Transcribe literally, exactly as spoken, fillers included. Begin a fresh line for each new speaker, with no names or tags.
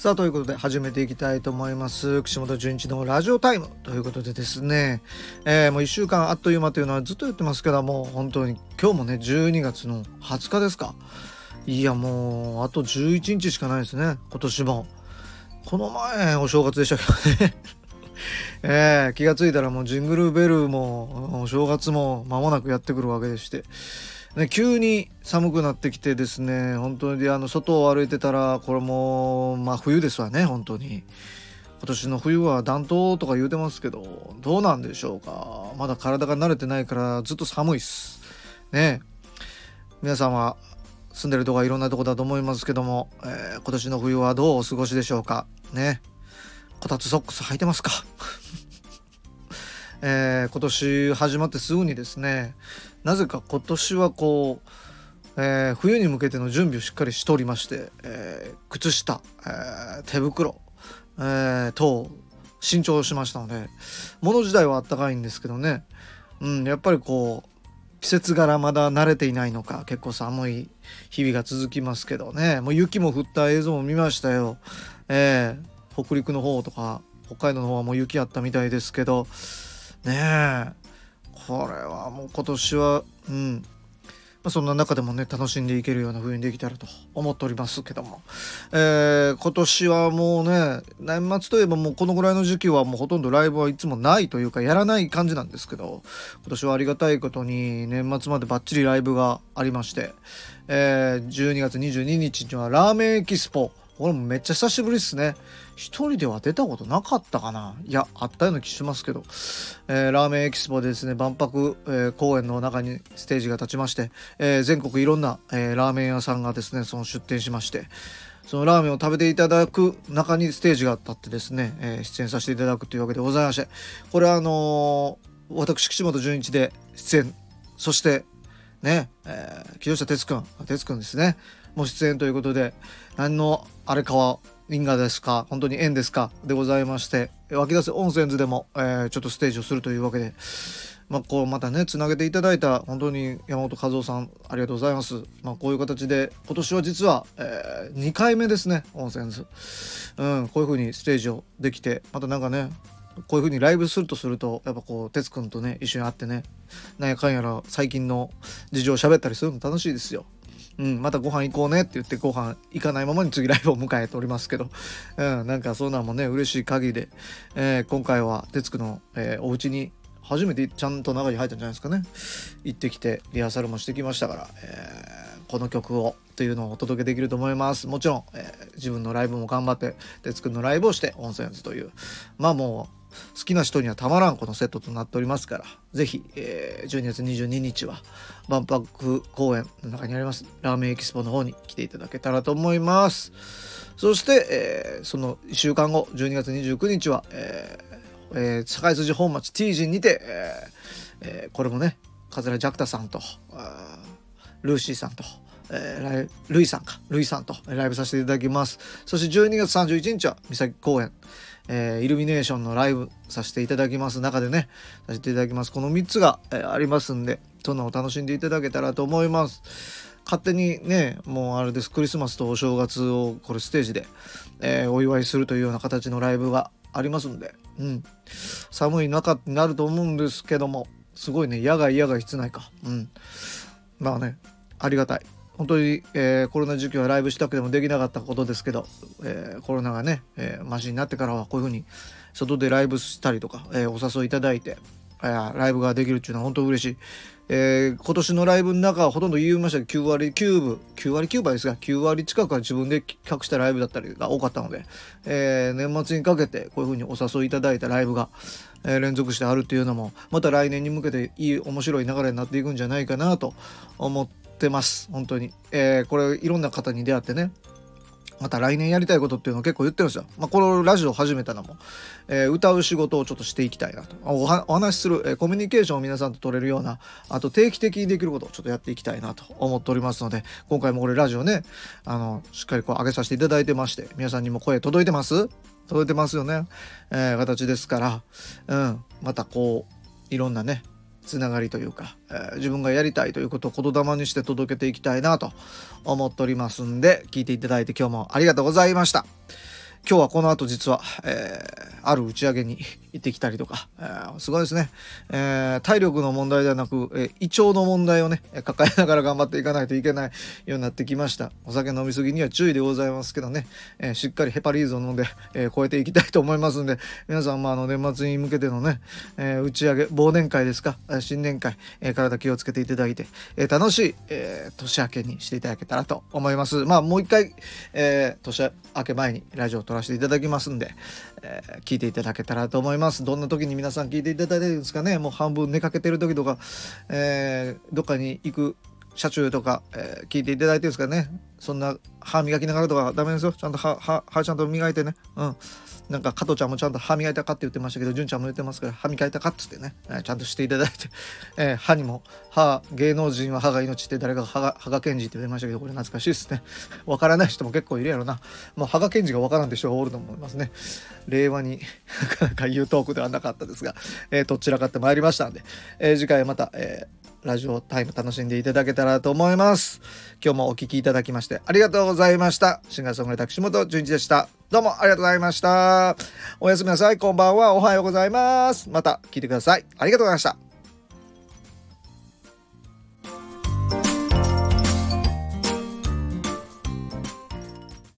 さあということで始めていきたいと思います。岸本純一のラジオタイムということでですね、えー、もういっしゅうかんあっという間というのはずっと言ってますけども、本当に今日もねじゅうにがつのはつかですか。いやもうあとじゅういちにちしかないですね。今年もこの前お正月でしたけどねえー、気がついたらもうジングルベルもお正月も間もなくやってくるわけでして、ね、急に寒くなってきてですね、本当にあの外を歩いてたらこれもまあ冬ですわね。本当に今年の冬は暖冬とか言うてますけど、どうなんでしょうか。まだ体が慣れてないからずっと寒いっすね。皆さんは住んでるとこはいろんなとこだと思いますけども、えー、今年の冬はどうお過ごしでしょうかね。こたつソックス履いてますかえー、今年始まってすぐにですね、なぜか今年はこう、えー、冬に向けての準備をしっかりしておりまして、えー、靴下、えー、手袋、えー、等新調しましたので、物自体はあったかいんですけどね、うん、やっぱりこう季節柄まだ慣れていないのか結構寒い日々が続きますけどね。もう雪も降った映像も見ましたよ。えー北陸の方とか北海道の方はもう雪あったみたいですけどねえ、これはもう今年はうん、まあ、そんな中でもね楽しんでいけるような風にできたらと思っておりますけども、えー、今年はもうね年末といえばもうこのぐらいの時期はもうほとんどライブはいつもないというかやらない感じなんですけど、今年はありがたいことに年末までバッチリライブがありまして、えー、じゅうにがつにじゅうににちにはラーメンエキスポ、これもめっちゃ久しぶりっすね。一人では出たことなかったかな。いやあったような気しますけど、えー、ラーメンエキスポでですね万博、えー、公園の中にステージが立ちまして、えー、全国いろんな、えー、ラーメン屋さんがですねその出店しまして、そのラーメンを食べていただく中にステージが立ってですね、えー、出演させていただくというわけでございまして、これはあのー、私岸本純一で出演、そしてね、えー、木下哲くん哲くんですねもう出演ということで、何のあれかは因果ですか本当に縁ですかでございまして、湧き出せ温泉図でも、えー、ちょっとステージをするというわけで、まあ、こうまたねつなげていただいた本当に山本和夫さんありがとうございます。まあ、こういう形で今年は実は、えー、にかいめですね温泉図、うん、こういう風にステージをできて、またなんかねこういう風にライブするとするとやっぱこう哲くんとね一緒に会ってね、なんやかんやら最近の事情を喋ったりするの楽しいですよ。うん、またご飯行こうねって言ってご飯行かないままに次ライブを迎えておりますけど、うん、なんかそんなんもね嬉しい限りで、えー、今回は哲くの、えー、お家に初めてちゃんと中に入ったんじゃないですかね。行ってきてリハーサルもしてきましたから、えー、この曲をというのをお届けできると思います。もちろん、えー、自分のライブも頑張って哲くんのライブをして温泉図というまあもう好きな人にはたまらんこのセットとなっておりますから、ぜひ、えー、じゅうにがつにじゅうににちは万博公園の中にありますラーメンエキスポの方に来ていただけたらと思います。そして、えー、そのいっしゅうかんごじゅうにがつにじゅうくにちは、えーえー、堺筋本町 T 陣にて、えーえー、これもね桂ジャクタさんとルーシーさんとえー、ルイさんかルイさんとライブさせていただきます。そしてじゅうにがつさんじゅういちにちは三崎公園、えー、イルミネーションのライブさせていただきます中でねさせていただきます。このみっつが、えー、ありますんで、そんなのを楽しんでいただけたらと思います。勝手にねもうあれです、クリスマスとお正月をこれステージで、えー、お祝いするというような形のライブがありますんで、うん、寒い中になると思うんですけども、すごいね野外野外室内か、うん、まあねありがたい本当に、えー、コロナ時期はライブしたくてもできなかったことですけど、えー、コロナがね、えー、マシになってからはこういう風に外でライブしたりとか、えー、お誘いいただいて、えー、ライブができるっていうのは本当嬉しい。えー、今年のライブの中はほとんど言いましたけどきゅうわりきゅうぶきゅうわりきゅうばいですがきゅうわり近くは自分で企画したライブだったりが多かったので、えー、年末にかけてこういう風にお誘いいただいたライブが、えー、連続してあるっていうのもまた来年に向けていい面白い流れになっていくんじゃないかなと思っててます本当に、えー、これいろんな方に出会ってね、また来年やりたいことっていうのを結構言ってるんですよ。まあ、このラジオを始めたのも、えー、歌う仕事をちょっとしていきたいなと、お, はお話しする、えー、コミュニケーションを皆さんと取れるような、あと定期的にできることをちょっとやっていきたいなと思っておりますので、今回もこれラジオねあのしっかりこう上げさせていただいてまして、皆さんにも声届いてます届いてますよね、えー、形ですから、うん、またこういろんなねつながりというか、えー、自分がやりたいということを言霊にして届けていきたいなと思っておりますんで、聞いていただいて今日もありがとうございました。 今日はこの後実は、えー、ある打ち上げに行ってきたりとか、えー、すごいですね、えー、体力の問題ではなく、えー、胃腸の問題をね抱えながら頑張っていかないといけないようになってきました。お酒飲みすぎには注意でございますけどね、えー、しっかりヘパリーゼを飲んで、えー、超えていきたいと思いますんで、皆さんもあの年末に向けてのね、えー、打ち上げ忘年会ですか、新年会、えー、体気をつけていただいて、えー、楽しい、えー、年明けにしていただけたらと思います。まあもう一回、えー、年明け前にラジオを撮らせていただきますんで、えー、聞いていただけたらと思います。どんな時に皆さん聞いていただいてるんですかね。もう半分寝かけてる時とか、えー、どっかに行く車中とか、えー、聞いていただいてるんですかね。そんな歯磨きながらとかダメですよ。ちゃんと歯、歯、歯ちゃんと磨いてね。うん。なんか加藤ちゃんもちゃんと歯磨いたかって言ってましたけど、純ちゃんも言ってますから、歯磨いたかっつってね、えー、ちゃんとしていただいて、えー、歯にも歯、芸能人は歯が命って誰かが歯が歯が健二って言ってましたけど、これ懐かしいですね。わからない人も結構いるやろな。もう歯が健二がわからんで人がおると思いますね。令和になかなか言うトークではなかったですが、えー、どちらかってまいりましたんで、えー、次回また、えーラジオタイム楽しんでいただけたらと思います。今日もお聞きいただきましてありがとうございました。シンガーソングライター岸本純一でした。どうもありがとうございました。おやすみなさい。こんばんは。おはようございます。また聞いてください。ありがとうございました。